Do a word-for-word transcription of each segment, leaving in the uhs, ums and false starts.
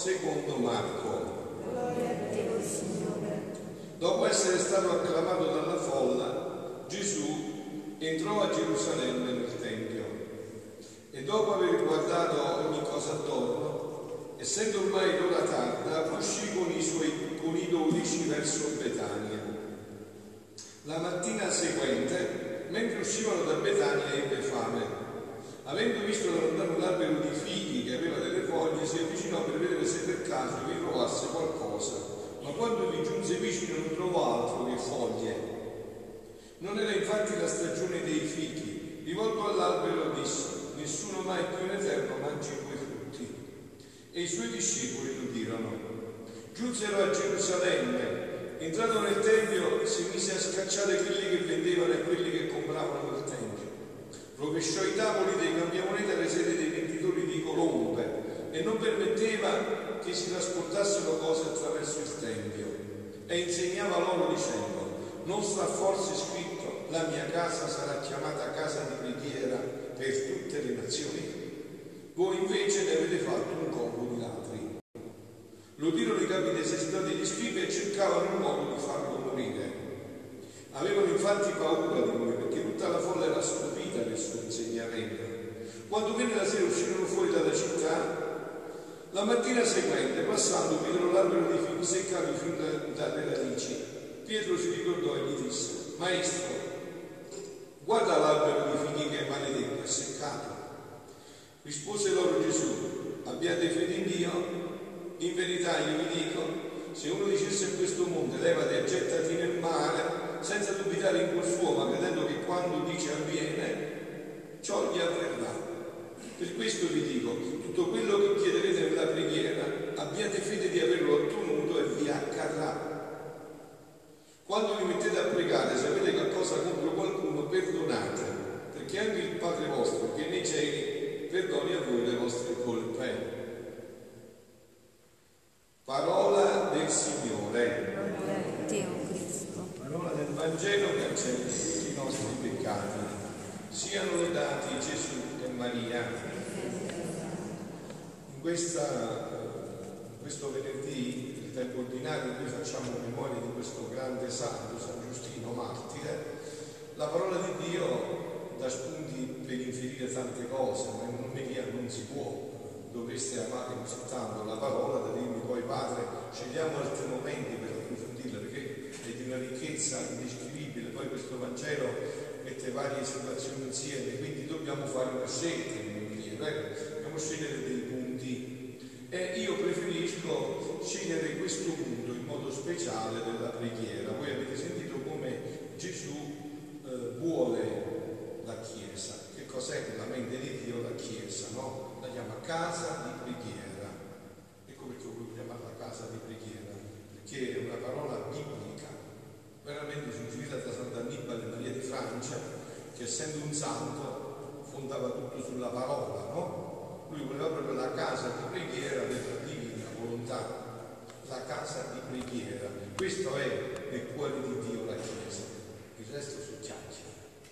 secondo Marco. Gloria a te, Signore. Dopo essere stato acclamato dalla folla, Gesù entrò a Gerusalemme nel Tempio e dopo aver guardato ogni cosa attorno, essendo ormai l'ora tarda, uscì con i suoi con i dodici verso Betania. La mattina seguente, mentre uscivano da Betania, ebbe fame. Avendo visto da lontano un albero di fighi che aveva delle foglie, si avvicinò per vedere se per caso vi trovasse qualcosa, ma quando vi giunse vicino non trovò altro che foglie. Non era infatti la stagione dei fichi. Rivolto all'albero disse: nessuno mai più in eterno mangi i tuoi frutti. E i suoi discepoli lo dirono. Giunsero a Gerusalemme. Entrato nel Tempio, si mise a scacciare quelli che vendevano e quelli che compravano nel Tempio. Rovesciò i tavoli dei cambiamonete alle sedie dei venditori di colombe e non permetteva che si trasportassero cose attraverso il Tempio. E insegnava loro dicendo: non sta forse scritto: la mia casa sarà chiamata casa di preghiera per tutte le nazioni? Voi invece ne avete fatto un corpo di ladri. Lo dirono i capi dei esercitati degli scribi e cercavano un modo di farlo morire. Avevano infatti paura di lui, perché tutta la folla era stupita del suo insegnamento. Quando venne la sera uscirono fuori dalla città. La mattina seguente, passando, videro l'albero di fighi seccato fin dalle radici. Pietro si ricordò e gli disse: Maestro, guarda l'albero di fighi che è maledetto, è seccato. Rispose loro Gesù: abbiate fede in Dio? In verità io vi dico, se uno dicesse a questo monte: levati e gettati nel mare, senza dubitare in cuor suo, ma credendo che quando dice avviene, ciò gli avverrà. Per questo vi dico, tutto quello che chiederete nella preghiera, abbiate fede di averlo ottenuto e vi accadrà. Quando vi mettete a pregare, se avete qualcosa contro qualcuno, perdonate, perché anche il Padre vostro che è nei cieli perdoni a voi le vostre colpe. Parola del Signore. Gloria a te, o Cristo. Parola del Vangelo che cancella tutti i nostri peccati. Siano lodati Gesù e Maria. In, questa, in questo venerdì, il tempo ordinario, noi facciamo memoria di questo grande santo, San Giustino Martire. La parola di Dio dà spunti per inferire tante cose, ma in omelia non si può. Dovreste amare così tanto la parola da dirmi poi: Padre, scegliamo altri momenti per approfondirla, perché è di una ricchezza indescrivibile. Poi questo Vangelo mette varie situazioni insieme, quindi dobbiamo fare una scelta in omelia, dobbiamo scegliere dei punti, e io preferisco scegliere questo punto in modo speciale della preghiera. Voi avete sentito come Gesù eh, vuole la Chiesa. Che cos'è nella mente di Dio la Chiesa, no? La chiama casa di preghiera. Ecco perché voglio chiamarla casa di preghiera, perché è una parola biblica, veramente suggerita da Sant'Annibale Maria di Francia, che essendo un santo fondava tutto sulla parola, no? Lui voleva proprio la casa di preghiera della divina volontà, la casa di preghiera. Questo è nel cuore di Dio la Chiesa, il resto sono chiacchiere.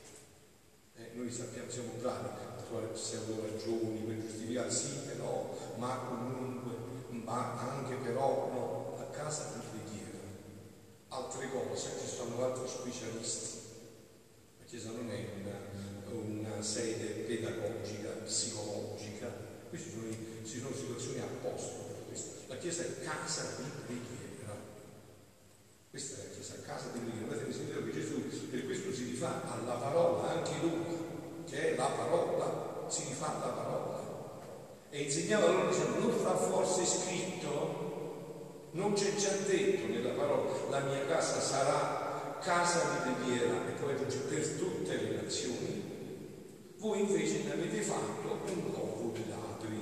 Eh, noi sappiamo, siamo bravi a trovare pseudo ragioni per giustificare, sì, però, ma comunque, ma anche però, no, la casa di preghiera. Altre cose, ci sono altri specialisti. La Chiesa non è una, una sede pedagogica, psicologica, queste sono, ci sono situazioni apposta per questo. La Chiesa è casa di preghiera. Questa è la Chiesa, casa di preghiera. Avete sentito che Gesù per questo si rifà alla parola, anche Luca, che è la parola, si rifà alla parola. E insegnava loro dicendo: non sta forse scritto, non c'è già detto nella parola, la mia casa sarà casa di preghiera, e poi dice per tutte le nazioni. Voi invece ne avete fatto un covo di ladri.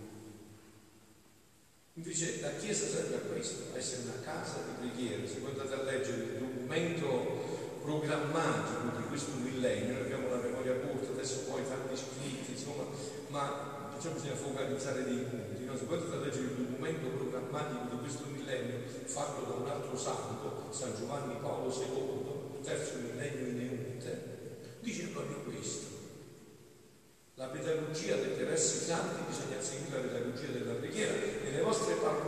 Invece la Chiesa serve a questo, a essere una casa di preghiera. Se andate a leggere il documento programmatico di questo millennio, noi abbiamo la memoria corta, adesso poi tanti scritti, insomma, ma diciamo bisogna focalizzare dei punti, no? Se poi andate a leggere il documento programmatico di questo millennio fatto da un altro santo, San Giovanni Paolo secondo, terzo millennio in Eunte, dice proprio questo: la pedagogia per essere santi bisogna seguire la pedagogia della preghiera. Nelle vostre parole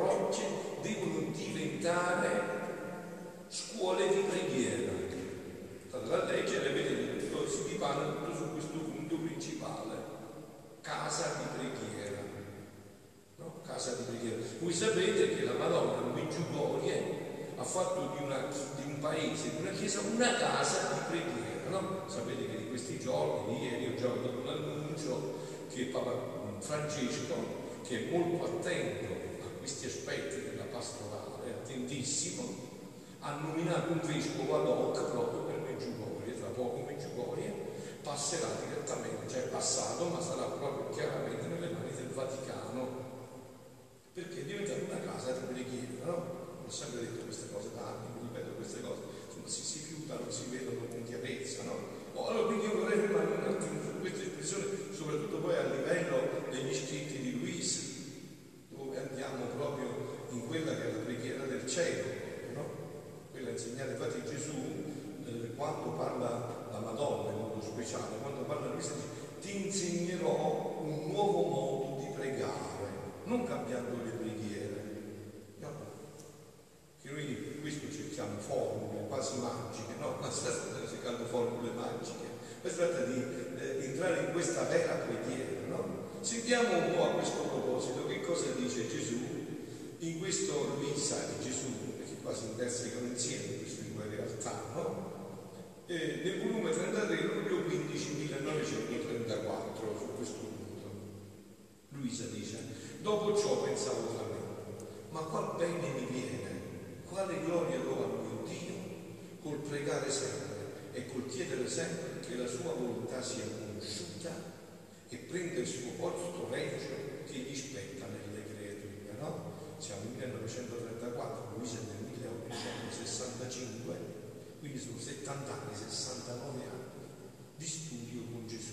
Voi sapete che la Madonna a Medjugorje ha fatto di, una, di un paese, di una chiesa, una casa di preghiera, no? Sapete che di questi giorni, ieri ho già dato un annuncio che Papa Francesco, che è molto attento a questi aspetti della pastorale, attentissimo, ha nominato un vescovo ad hoc proprio per Medjugorje. Tra poco Medjugorje passerà direttamente, cioè è passato, ma sarà proprio chiaramente nelle mani del Vaticano, perché è diventata una casa di preghiera, no? Ho sempre detto queste cose da anni, mi ripeto queste cose, insomma si, si fiutano, si vedono con chiarezza, no? Oh, allora quindi io vorrei rimanere un attimo su questa espressione, soprattutto poi a livello degli scritti di Luisa, dove andiamo proprio in quella che è la preghiera del cielo, no? Quella insegnata. Infatti Gesù, eh, quando parla la Madonna in modo speciale, quando parla Luisa dice: ti insegnerò un nuovo modo di pregare, non cambiando le preghiere, no? Che noi questo cerchiamo formule quasi magiche, no? Ma si sta cercando formule magiche, ma si tratta di eh, entrare in questa vera preghiera, no? Sentiamo un po' a questo proposito che cosa dice Gesù in questo Luisa di Gesù, perché qua si intersecano insieme queste due realtà, no? Eh, nel volume trentatré, luglio quindici millenovecentotrentaquattro, su questo punto. Luisa dice: dopo ciò pensavo tra me, ma qual bene mi viene, quale gloria do al mio Dio, col pregare sempre e col chiedere sempre che la sua volontà sia conosciuta e prenda il suo posto regio che gli spetta nelle creature, no? Siamo nel millenovecentotrentaquattro, Luisa è nel milleottocentosessantacinque, quindi sono settanta anni, sessantanove anni di studio con Gesù.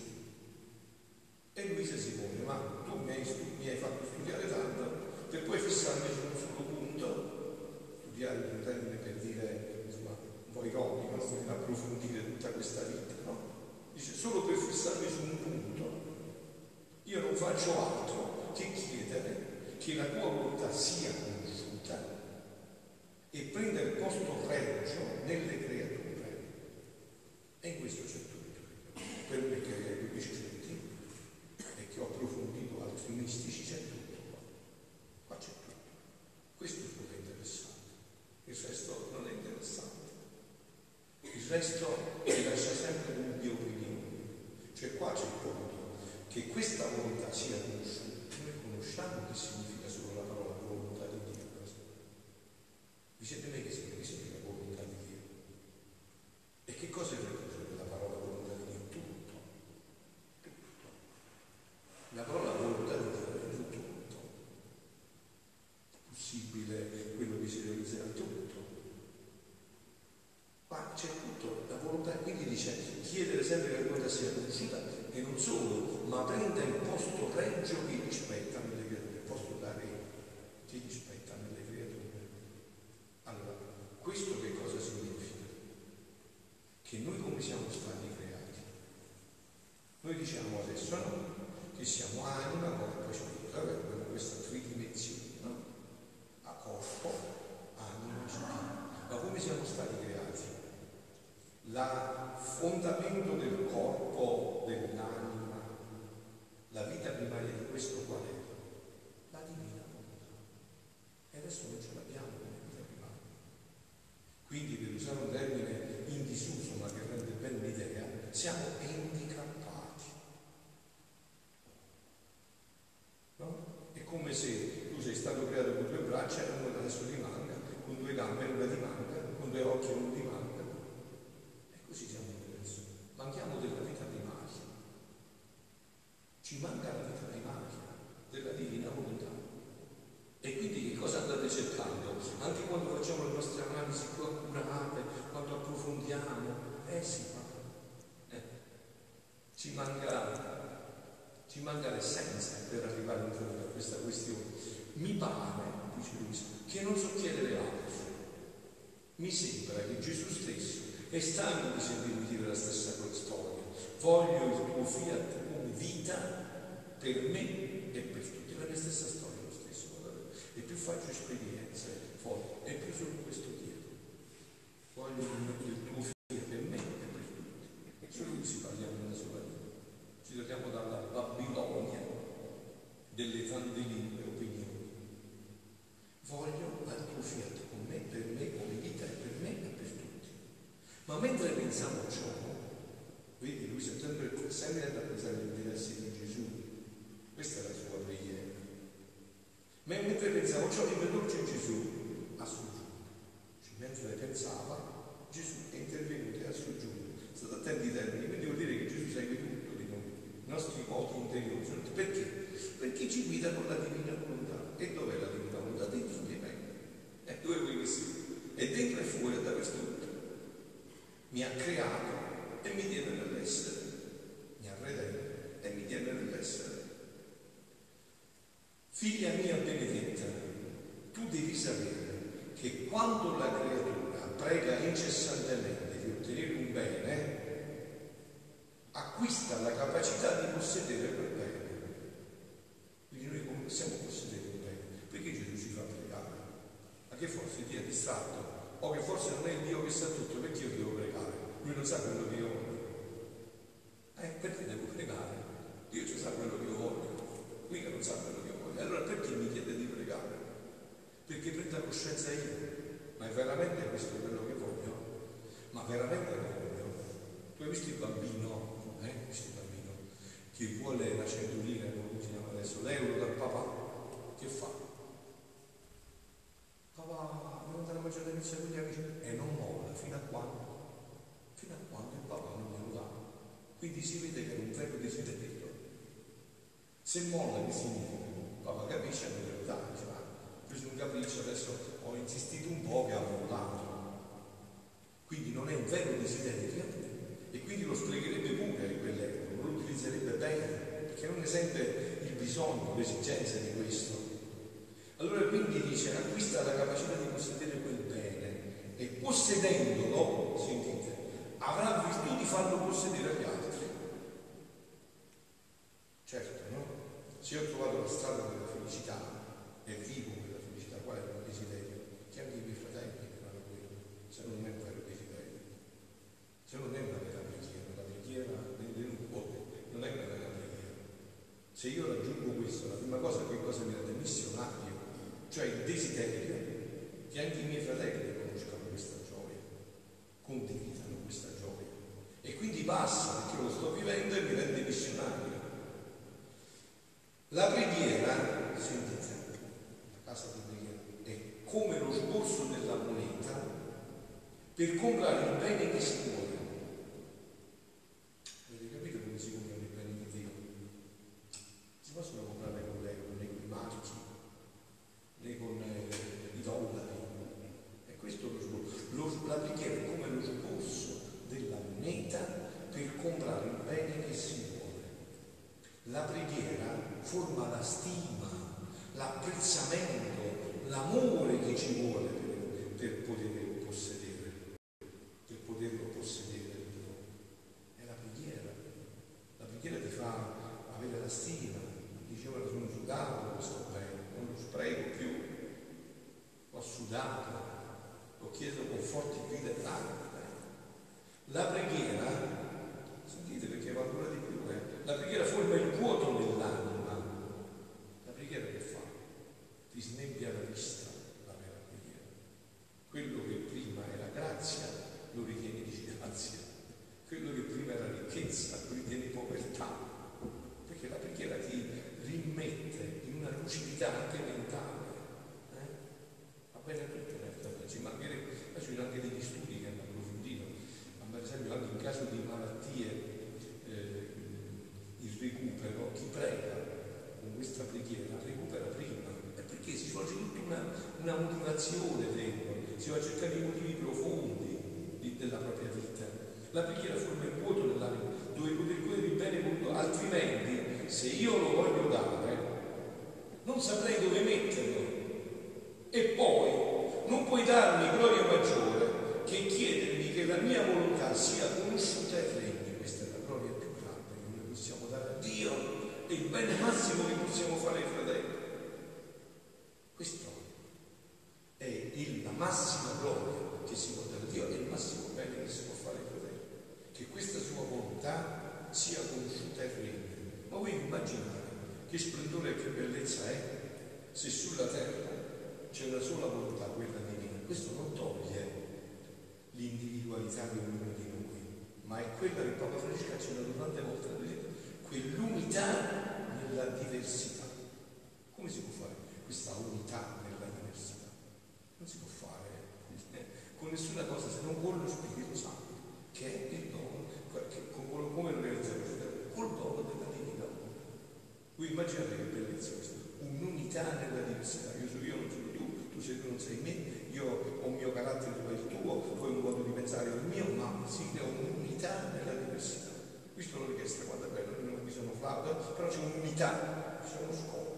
E Luisa si pone: ma tu mi hai, mi hai fatto studiare tanto per poi fissarmi su un solo punto. Studiare è un termine per dire, insomma, un po' ironico, no? Per approfondire tutta questa vita, no? Dice: solo per fissarmi su un punto io non faccio altro che chiedere che la tua volontà sia conosciuta e prenda il posto regio nelle creature. E in questo c'è tutto. Per me che leggo gli scritti e che ho approfondito altri mistici, c'è tutto qua. Qua c'è tutto. Questo è quello interessante. Il resto non è interessante. Il resto ti lascia sempre dubbi e opinioni. Cioè qua c'è il punto che questa volontà sia conosciuta. Noi conosciamo che significa solo la parola volontà di Dio. Vi siete mai che significa volontà di Dio? E che cosa è la parola volontà di Dio? Tutto. Tutto. La parola volontà di Dio è tutto. Possibile quello che si realizzerà, tutto. Ma c'è tutto, la volontà, quindi dice chiedere sempre che la volontà sia conosciuta e non solo, ma prenda il posto regio che gli spetta nelle creature, il posto da re che gli spetta nelle creature. Allora, questo che cosa significa? Che noi come siamo stati creati? Noi diciamo adesso, no? Che siamo anima, corpo e spirito, abbiamo questa tridimensione, no? A corpo, anima e spirito. Ma come siamo stati creati? Il fondamento del corpo, dell'anima, la vita primaria di questo qual è? La divina volontà. E adesso non ce l'abbiamo come vita primaria. Quindi, per usare un termine in disuso ma che rende bene l'idea, siamo handicappati. No? È come se tu sei stato creato con due braccia e uno adesso rimanga, con due gambe e una rimanga, con due occhi e uno rimanga. E così siamo adesso. Manchiamo della vita primaria. Ci manca la vita primaria della divina volontà. E quindi che cosa andate cercando? Anche quando facciamo le nostre analisi più accurate, quando approfondiamo, eh sì, ma eh, ci manca, ci manca l'essenza per arrivare in fondo a questa questione. Mi pare, dice Luisa, che non so chiedere altro. Mi sembra che Gesù stesso è stanco di sentirmi dire la stessa storia. Voglio il tuo fiat come vita per me e per tutti. È la mia stessa storia, lo stesso. E più faccio esperienze forti, e più solo questo chiedo. Voglio il tuo fiat per me e per tutti. Solo così parliamo nella sola lingua. Ci togliamo dalla Babilonia delle tante lingue e opinioni. mentre pensiamo a ciò, vedi, lui si è sempre, sempre a pensare all'interesse di Gesù. Questa è la sua preghiera. Ma mentre pensavo a ciò, mi dolce Gesù ha soggiunto. Cioè, mentre pensava, Gesù è intervenuto e ha soggiunto. State attenti ai termini, quindi vuol dire che Gesù segue tutto di noi, i nostri moti interiori. Perché? Perché ci guida con la divina volontà. E dov'è la divina volontà? Dentro di me. E dove vuoi che sia? E dentro e fuori dappertutto. Mi ha creato e mi tiene nell'essere. Mi ha redento e mi tiene nell'essere. Figlia mia benedetta, tu devi sapere che quando la creatura prega incessantemente di ottenere un bene, acquista la capacità di possedere quel bene. Quindi noi come possiamo possedere un bene? Perché Gesù ci fa pregare? Ma che forse Dio è distratto? O che forse non è il Dio che sa tutto? Perché io devo pregare? Lui non sa quello che io voglio. Eh, perché devo pregare? Dio ci sa quello che io voglio. Lui che non sa quello che io voglio. Allora perché mi chiede di pregare? Perché prenda coscienza io. Ma è veramente questo quello che voglio? Ma veramente lo voglio? Tu hai visto il bambino? Eh? Visto il bambino che vuole la centolina, come si chiama adesso, l'euro dal papà? Che fa? Papà, devo andare a mangiare la pizza con gli amici e non molla fino a quando? Fino a quando il papà non glielo dà. Quindi si vede che è un vero desiderio. Se molla che significa? Papà capisce e non glielo dà, dice, ma ho preso un capriccio, adesso ho insistito un po' che ha mollato. Quindi non è un vero desiderio e quindi lo sprecherebbe pure quell'euro, lo utilizzerebbe bene, perché non ne sente il bisogno, l'esigenza di questo. Allora quindi dice, acquista la capacità di possedere quel bene e possedendolo, sentite, avrà virtù di farlo possedere agli altri. Certo, no? Se ho trovato la strada della felicità e vivo quella felicità, qual è il mio desiderio? Che anche i miei fratelli fanno quello, se non è un vero desiderio, se non è una vera preghiera, la preghiera nel cuore non è una vera preghiera. Se io raggiungo questo, la prima cosa che cosa mi rende missionario, cioè il desiderio che anche i miei fratelli conoscano questa gioia, condividano questa gioia e quindi passa, perché io lo sto vivendo e mi rende missionario. La preghiera, sentite, la casa di preghiera è come lo sborso della moneta per comprare il bene che si vuole. Avete capito come si comprano i beni di Dio? Si possono comprare con l'euro, né con i marchi, né con eh, i dollari. E questo è lo sborso. Lo, la preghiera è come lo sborso della moneta per comprare il bene che si vuole. La preghiera forma la stima, l'apprezzamento, l'amore che ci vuole per, per poter possedere, per poterlo possedere. È la preghiera. La preghiera ti fa avere la stima. Diceva, sono sudato, sto bene, non lo spreco più. Ho sudato, ho chiesto con forti grida e lacrime. La preghiera, sentite perché valora di più, eh? La preghiera forma il vuoto nell'anima. La preghiera che fa? Ti snebbia la vista, la vera preghiera. Quello che prima era grazia lo ritieni disgrazia. Quello che prima era ricchezza lo ritieni povertà. Perché la preghiera ti rimette in una lucidità anche mentale. Eh? Va bene tutto in realtà, ci mancherebbe, ma ci sono anche degli studi che hanno approfondito, ma per esempio anche in caso di malattie il recupero, chi prega con questa preghiera recupera prima, è perché si svolge tutta una, una motivazione dentro, si va a cercare i motivi profondi di, della propria vita. La preghiera forma il vuoto nell'anima dove poter godere il bene voluto, altrimenti se io lo voglio dare non saprei dove metterlo e poi non puoi darmi gloria maggiore che chiedermi che la mia volontà sia conosciuta e regni. Questa è la gloria più grande che noi possiamo dare a Dio e il bene massimo che possiamo fare ai fratelli. Questo è il, la massima gloria che si può dare a Dio e il massimo bene che si può fare ai fratelli. Che questa sua volontà sia conosciuta e regni. Ma voi immaginate che splendore e che bellezza è se sulla terra c'è una sola volontà, quella divina. Questo non toglie l'individualità di ognuno di noi, ma è quella che Papa Francesco ha accennato tante volte, quell'unità nella diversità. Come si può fare questa unità nella diversità? Non si può fare eh, con nessuna cosa se non con lo Spirito Santo, che è il dono, che, con, come lo realizziamo? Col dono della divina. Voi immaginate che bellezza questa, un'unità nella diversità. Io sono io, non sono tu, tu sei tu, non sei me, io ho un mio carattere, tu hai il tuo, poi un modo di pensare il mio, ma si crea un'unità nella diversità. Questo l'ho richiesto quando è bello, non mi sono flauto, però c'è un'unità, c'è uno scopo,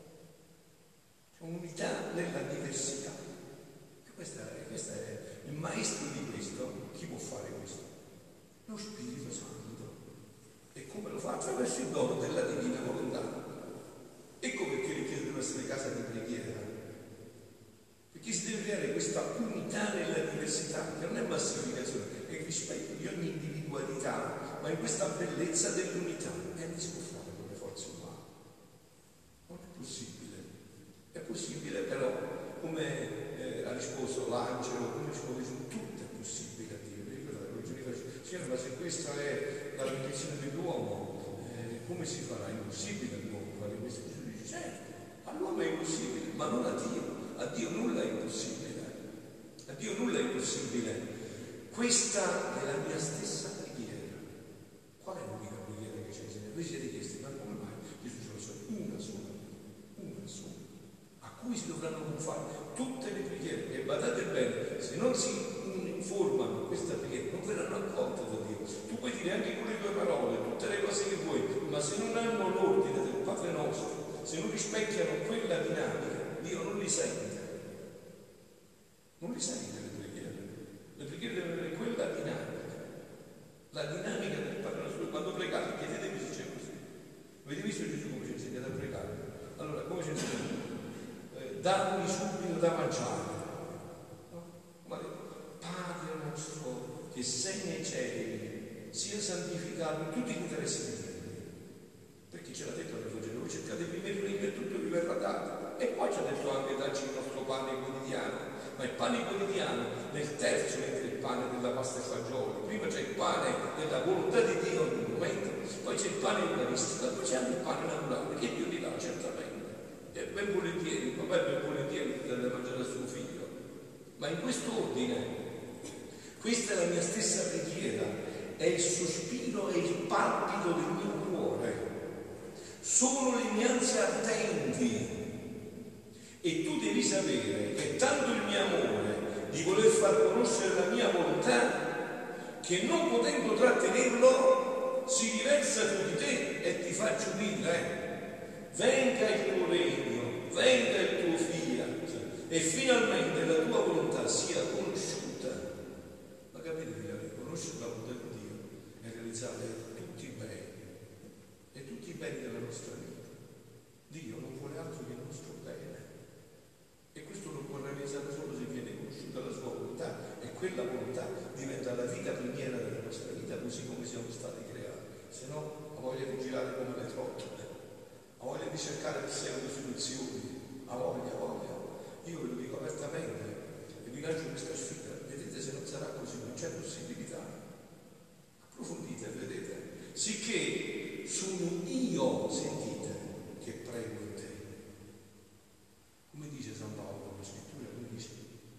c'è un'unità nella diversità. E questo è, questo è il maestro di questo. Chi può fare questo? Lo Spirito Santo. E come lo fa? Attraverso il dono della divina volontà. Ecco perché le chiese devono essere casa di preghiera, perché si deve creare questa unità nella diversità, che non è massificazione, è il rispetto di ogni individualità, ma in questa bellezza dell'unità. E non si può fare con le forze umane, non è possibile. È possibile però, come eh, ha risposto l'angelo, come risponde Gesù, tutto è possibile a Dio. Signore, ma se questa è la benedizione dell'uomo, eh, come si farà? È impossibile all'uomo fare questo. Gesù dice, certo, all'uomo è impossibile, ma non a Dio. A Dio nulla è impossibile. A Dio nulla è impossibile. Questa è la mia stessa preghiera. Qual è l'unica preghiera che ci insegna? Voi siete chiesti, ma come mai Gesù ce lo sa? Una sola, una sola, a cui si dovranno confare tutte le preghiere. E badate bene, se non si formano questa preghiera non verranno accolte da Dio. Tu puoi dire anche con le tue parole tutte le cose che vuoi, ma se non hanno l'ordine del Padre nostro, se non rispecchiano quella dinamica, Dio non li sente. Non li sente le preghiere. Le preghiere devono avere quella dinamica, la dinamica del Padre nostro. Quando pregate chiedetevi se c'è così. Avete visto Gesù come ci insegna a pregare? Allora, come ci insegna? Eh, dammi subito da mangiare. Padre nostro che sei nei cieli, sia santificato in tutti gli interessi di Dio. Perché ce l'ha detto nel Vangelo, voi cercate prima il regno e tutto vi verrà dato. E poi ci ha detto anche darci il nostro pane quotidiano. Ma il pane quotidiano nel terzo entra il pane della pasta e fagioli. Prima c'è il pane della volontà di Dio in un momento, poi c'è il pane eucaristico, poi c'è anche il pane naturale che Dio gli dà certamente. E ben volentieri, papà è ben volentieri che deve mangiare al suo figlio. Ma in questo ordine, questa è la mia stessa preghiera, è il sospiro e il palpito del mio cuore, sono le mie ansie ardenti. E tu devi sapere che tanto il mio amore di voler far conoscere la mia volontà, che non potendo trattenerlo si riversa su di te e ti fa giubile. Venga il tuo regno, venga il tuo fiat, e finalmente la tua volontà sia conosciuta. Ma capite, figlioli, conoscere la volontà di Dio e realizzare tutti i beni e tutti i beni della nostra vita. Dio non vuole altro che il nostro bene, e questo lo può realizzare solo se viene conosciuta la sua volontà, e quella volontà diventa la vita primiera della nostra vita, così come siamo stati creati. Se no ha voglia di girare come le trottole, ha voglia di cercare pseudo soluzioni, ha voglia, ha voglia. Io ve lo dico apertamente e vi lancio questa sfida. Vedete, se non sarà così non c'è possibilità. Approfondite, vedete. Sicché sono io, sentite, che prego in te. Come dice San Paolo nella scrittura, lui dice,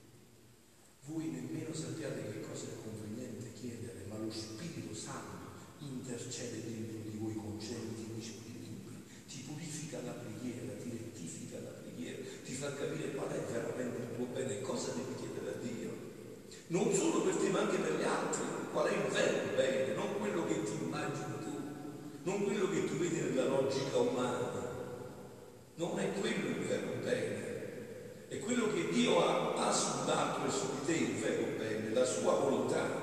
voi nemmeno sappiate che cosa è conveniente chiedere, ma lo Spirito Santo intercede dentro di voi con gentili squilibri, ti purifica la preghiera, ti rettifica la preghiera, ti fa capire qual è veramente il tuo bene e cosa devi chiedere a Dio. Non solo per te ma anche per gli altri, qual è il vero bene, non quello che ti immagini tu, non quello che tu vedi nella logica umana. Non è quello il vero bene, è quello che Dio ha, ha sull'altro e su di te il vero bene, la sua volontà.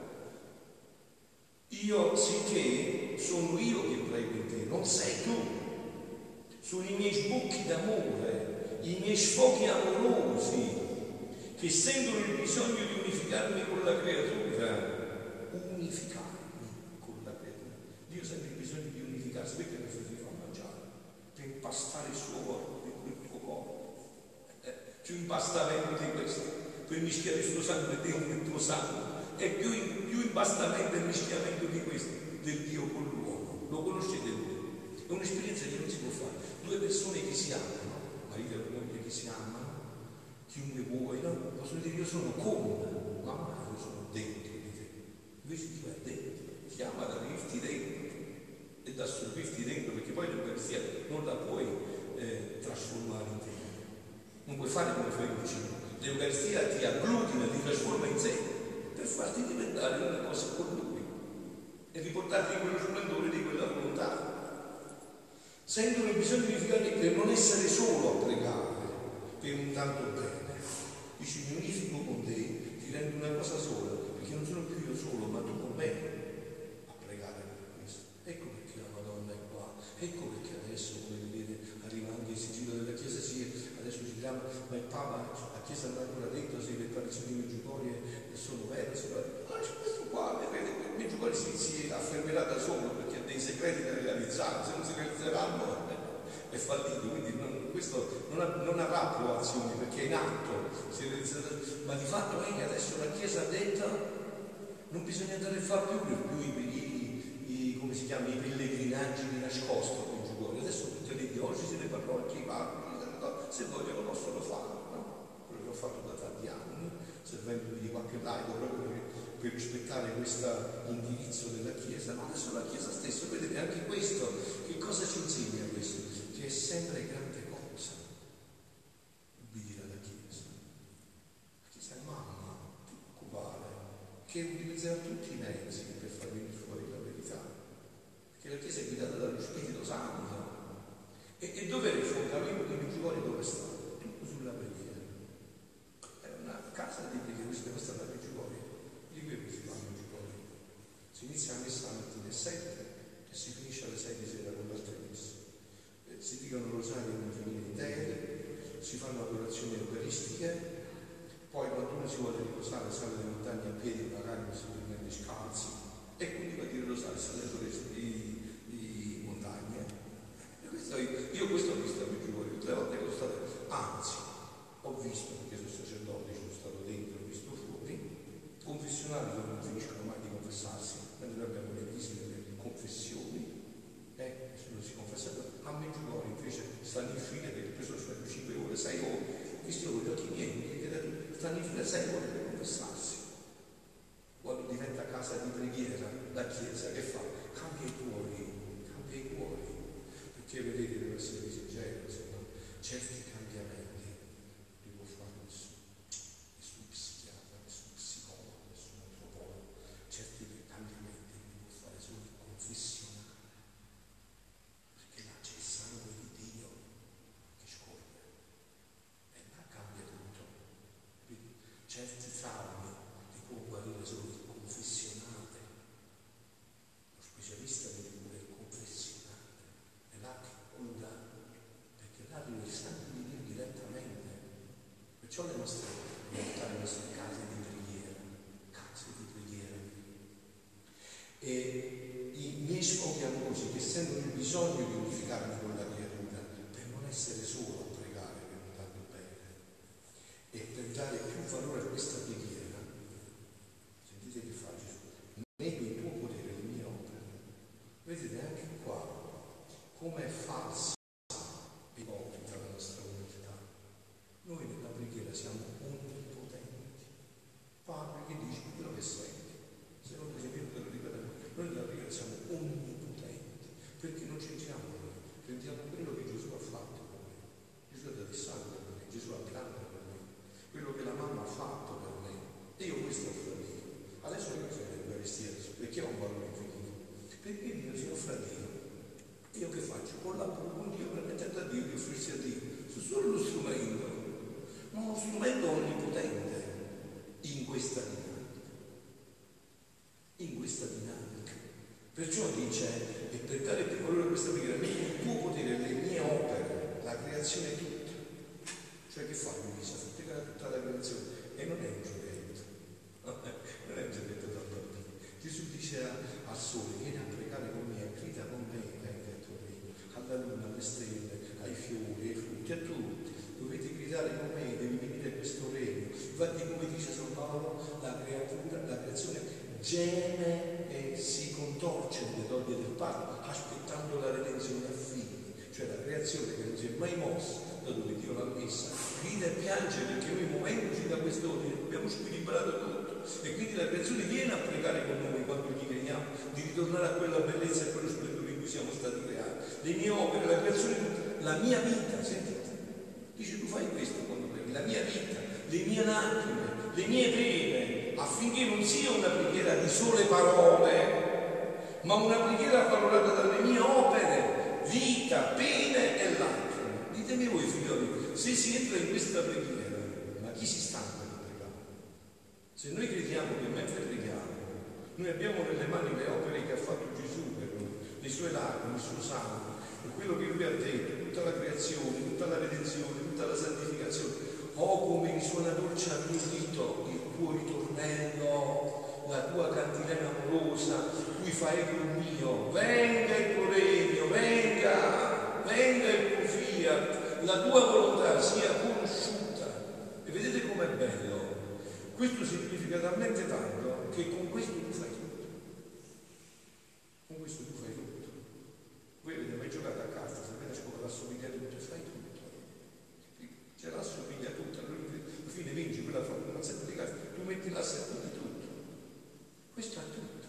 Io, sicché sono io che prego in te, non sei tu. Sono i miei sbocchi d'amore, i miei sfoghi amorosi, che sentono il bisogno di unificarmi con la creatura. Unificarmi con la creatura. Dio sente il bisogno di unificarsi, perché questo si fa mangiare? Per impastare il suo corpo dentro il tuo corpo. Eh, c'è un impastamento di questo, per mischiare il suo sangue dentro il tuo sangue. È più, in, più impastamento e mischiamento di questo, del Dio con l'uomo. Lo conoscete voi? È un'esperienza che non si può fare. Due persone che si amano, marito e moglie che si amano, chiunque vuoi, no? Possono dire io sono con, ma io sono dentro di te. Invece Dio è dentro, ti ama da viverti dentro e da assorbirti dentro, perché poi l'Eucaristia non la puoi eh, trasformare in te. Non puoi fare come fai il cibo. L'Eucaristia ti agglutina, ti trasforma in sé per farti diventare una cosa con Lui e riportarti in quello splendore di quella volontà. Sentono il bisogno di per non essere solo a pregare per un tanto bene. Dici mi unifico con te, ti rendo una cosa sola, perché non sono più io solo, ma tu con me a pregare per questo. Ecco perché la Madonna è qua, ecco perché adesso, come vedete, arriva anche il sigillo della Chiesa, sì, adesso ci diranno, ma il Papa, la Chiesa non ha ancora detto se le apparizioni di Medjugorje sono vere, sono vere. Ma c'è questo qua, vedete, Medjugorje si, si affermerà da solo perché ha dei segreti da realizzare, se non si realizzeranno è fallito, quindi non, questo non, ha, non avrà approvazione perché è in atto, si realizzerà, ma di fatto è che adesso la Chiesa ha detto non bisogna andare a fare più, più i, i, i, come si chiama, i pellegrinaggi di nascosto a Medjugorje. Adesso tutte le diocesi, le parrocchie, i parroci, se vogliono possono farlo, no? Quello che ho fatto da tanti anni, servendomi di qualche laico proprio per, per rispettare questo indirizzo della Chiesa, ma adesso la Chiesa stessa, vedete anche questo, che cosa ci insegna questo? Che è sempre grande cosa ubbidire alla Chiesa. La Chiesa è mamma, ti occupare, che utilizzerà tutti i mezzi per far venire fuori la verità, perché la Chiesa è guidata dallo Spirito Santo. E, e dove era il fondamento di Medjugorje? Dove sta? Tutto sulla preghiera. È una casa di preghiera, questa è stata Medjugorje. Di quello si fa a Medjugorje. Si inizia la messa la mattina alle sette e si finisce alle sei di sera con l'altra messa. Eh, si dicono rosario infiniti interi, si fanno adorazioni eucaristiche, poi quando uno si vuole riposare sale le montagne a piedi, magari non si prende scalzi, e quindi va a dire rosario salendo di, di montagne. Io questo ho visto a Medjugorje, tutte le volte che sono stato, anzi, ho visto, perché sono sacerdote, sono stato dentro, ho visto fuori, confessionali che non finiscono mai di confessarsi, mentre noi abbiamo le visite delle confessioni, eh, nessuno si confessa, a Medjugorje invece stanno in fila, perché preso sono cinque ore, sei ore, ho visto con gli occhi miei, stanno in fila sei ore per confessarsi. Quando diventa casa di preghiera, la Chiesa che fa? Cambia i cuori, cambia i cuori. Perché vedete, deve essere sincero, se no certi cambiamenti li può fare nessuno, nessun psichiatra, nessun psicologo, nessun antropologo, certi cambiamenti li può fare solo il confessionale, perché là c'è il sangue di Dio che scorre e là cambia tutto. Quindi certi traumi li può guarire solo il confessionale, lo specialista delle cure è il confessionale. Là che cura, perché là arriva il sangue di Dio direttamente. Perciò le nostre realtà, le nostre case di preghiera, case di preghiera. E i miei scopi amorosi che sentono il bisogno di unificarmi con la creatura, per non essere solo a pregare per un tanto bene e per dare più valore a questa preghiera, sentite che fa Gesù, nego il tuo potere, le mie opere. Vedete anche qua come è falsa e ipocrita la nostra umiltà. Noi nella preghiera siamo onnipotenti. Parli che dici quello che senti. Se non per esempio te lo ripeto, noi nella preghiera siamo onnipotenti, perché non c'entriamo noi, prendiamo quello che Gesù ha fatto per noi. Gesù ha dato il sangue per me, Gesù ha pianto per me, quello che la mamma ha fatto per me. E io questo ho offrito. Adesso che bisogna l'Eucaristia, perché ho un valore infinito? Perché Dio si offre a Dio. Io che faccio? Collaboro con Dio, permettendo a Dio di offrirsi a Dio. Sono solo lo strumento, ma uno strumento onnipotente in questa dinamica. In questa dinamica. Perciò dice, e per dare più valore a questa preghiera, il tuo potere, le mie opere, la creazione tutta. Cioè che fa Luisa? Fa tutta la creazione. E non è un giovetto. Non è un giovetto da bambino. Gesù dice al sole, vieni a pregare con me, grida con me, alla luna, alle stelle, ai fiori, ai frutti, a tutti. Dovete gridare con me, devi venire questo regno. Infatti, come dice San Paolo, la creatura, la creazione geme e si contorce nelle doglie del Padre, aspettando la redenzione a figli. Cioè la creazione che non si è mai mossa da dove Dio l'ha messa, grida e piange perché noi, muovendoci da quest'ordine, abbiamo squilibrato tutto. E quindi la creazione viene a pregare con noi quando gli crediamo di ritornare a quella bellezza e quello splendore in cui siamo stati creati. Le mie opere, la creazione, la mia vita, sentite, dice tu fai questo quando preghi, la mia vita, le mie lacrime, le mie pene, affinché non sia una preghiera di sole parole, ma una preghiera parolata dalle mie opere, vita, pene e lacrime. Ditemi voi, figlioli, se si entra in questa preghiera, ma chi si stanca di pregare? Se noi crediamo che mentre preghiamo, noi abbiamo nelle mani le opere che ha fatto Gesù per noi, le sue lacrime, il suo sangue, e quello che lui ha detto, tutta la creazione, tutta la redenzione, tutta la santificazione. Oh, come risuona dolce al mio udito il tuo ritornello, la tua cantilena amorosa, cui fa eco il mio. Venga il tuo regno, venga, venga il tuo fiat, la tua volontà sia conosciuta. E vedete com'è bello? Questo significa talmente tanto che con questo tu fai tutto. Con questo tu fai tutto. Voi avete mai giocato a carte, sapete come l'assomiglia tutto e fai tutto. Ce l'assomiglia tutta, alla fine vinci quella formazione di carte, tu metti l'assetto di tutto. Questo è tutto.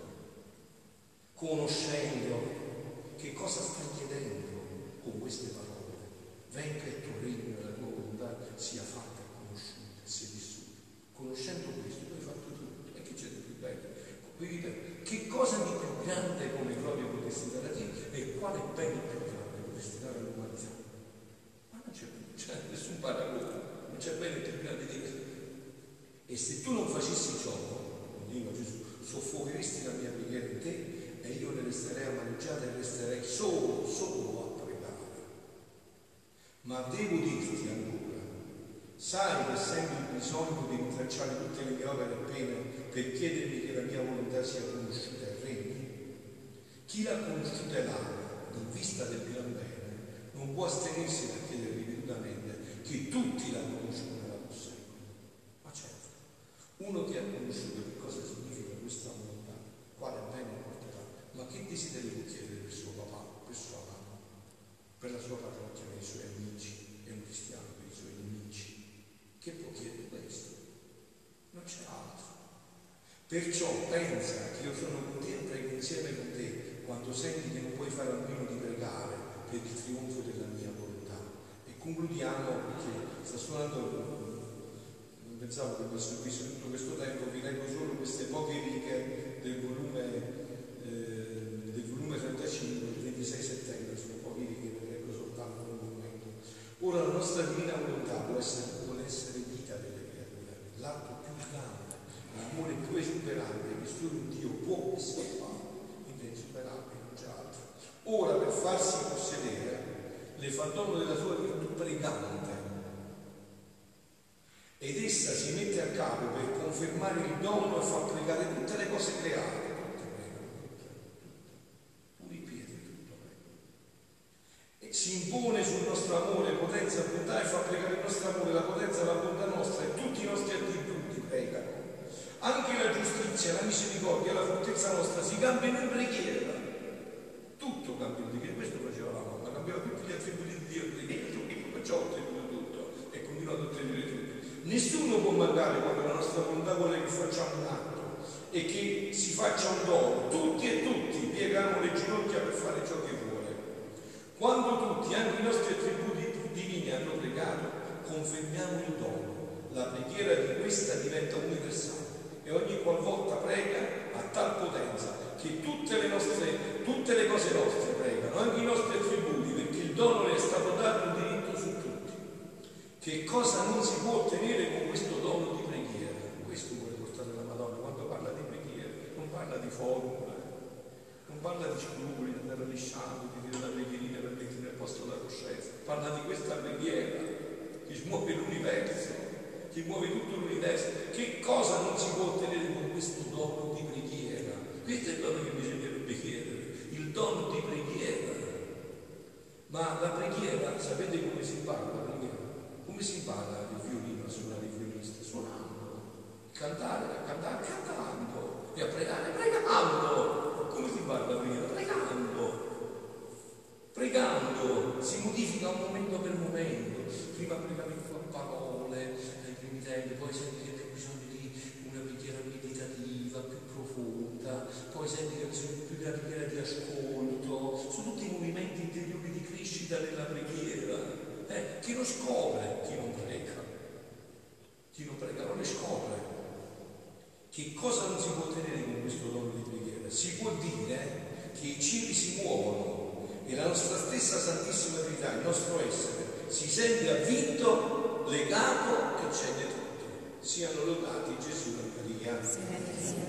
Conoscendo che cosa stai chiedendo con queste parole. Venga il tuo regno e la tua volontà sia fatta, conosciuta, sia vissuta. Conoscendo questo, tu hai fatto tutto. E che c'è di più bello? Che cosa di più grande come gloria potresti dare a te e quale bene più grande potresti dare all'umanità? Ma non c'è, c'è nessun paragone, non c'è bene più grande di questo. E se tu non facessi ciò, dico Gesù, soffocheresti la mia preghiera in te e io ne resterei amareggiata e resterei solo, solo a pregare. Ma devo dirti ancora, sai che sento il bisogno di rintracciare tutte le mie opere e pene per chiedermi che la mia volontà sia conosciuta e regni? Chi l'ha conosciuta e l'ama, in vista del gran bene, non può astenersi da chiedere ripetutamente che tutti la conoscono e la posseggono. Ma certo, uno che ha conosciuto che cosa significa questa volontà, quale bene porterà, ma che desiderio può chiedere per suo papà, per sua mamma, per la sua parrocchia, per i suoi amici, è un cristiano, per i suoi nemici? Che può chiedere questo? Non c'è altro. Perciò pensa che io sono con te e prego insieme con te quando senti che non puoi fare a meno di pregare per il trionfo della mia volontà. E concludiamo perché sta suonando, non pensavo che avessi visto tutto questo tempo, vi leggo solo queste poche righe del volume, eh, del volume trentacinque, del ventisei settembre, sono poche righe che leggo soltanto nel momento. Ora la nostra divina volontà può essere, vuole essere vita delle creature, l'atto più grande, l'amore più esuberante che solo Dio può e sa fare, invece superabile, non c'è altro. Ora per farsi possedere le fa dono della sua virtù pregante ed essa si mette a capo per confermare il dono e fa pregare tutte le cose create, tutte pregano, tutte, tutte, pure i piedi, tutto pregano. E si impone sul nostro amore, potenza, bontà e fa pregare il nostro amore, la potenza, la bontà nostra e tutti i nostri attributi pregano. Anche la giustizia, la misericordia, la fortezza nostra si cambiano in preghiera. Tutto cambia in preghiera, questo faceva la mamma, cambiava tutti gli attributi di Dio in preghiera, tutto, perciò ho ottenuto tutto e continuato a ottenere tutto. Nessuno può mancare quando la nostra volontà vuole che facciamo un atto e che si faccia un dono. Tutti e tutti piegano le ginocchia per fare ciò che vuole. Quando tutti, anche i nostri attributi divini, hanno pregato, confermiamo il dono. La preghiera di questa diventa universale. E ogni qualvolta prega ha tal potenza che tutte le nostre, tutte le cose nostre pregano, anche i nostri attributi, perché il dono le è stato dato in diritto su tutti. Che cosa non si può ottenere con questo dono di preghiera? Questo vuole portare la Madonna quando parla di preghiera, non parla di formule, non parla di scrupoli, di andare lisciando, di dire la preghierina per mettere nel posto della coscienza, parla di questa preghiera che smuove l'universo, che muove tutto l'universo. Che cosa non si può ottenere con questo dono di preghiera? Questo è il dono che bisognerebbe chiedere, il dono di preghiera. Ma la preghiera, sapete come si impara la preghiera? Come si impara il violino a suonare il violinista? Suonando. e scopre che cosa non si può ottenere con questo dono di preghiera. Si può dire che i cieli si muovono e la nostra stessa Santissima Trinità, il nostro essere, si sente avvinto, legato e cede tutto. Siano lodati Gesù e Maria.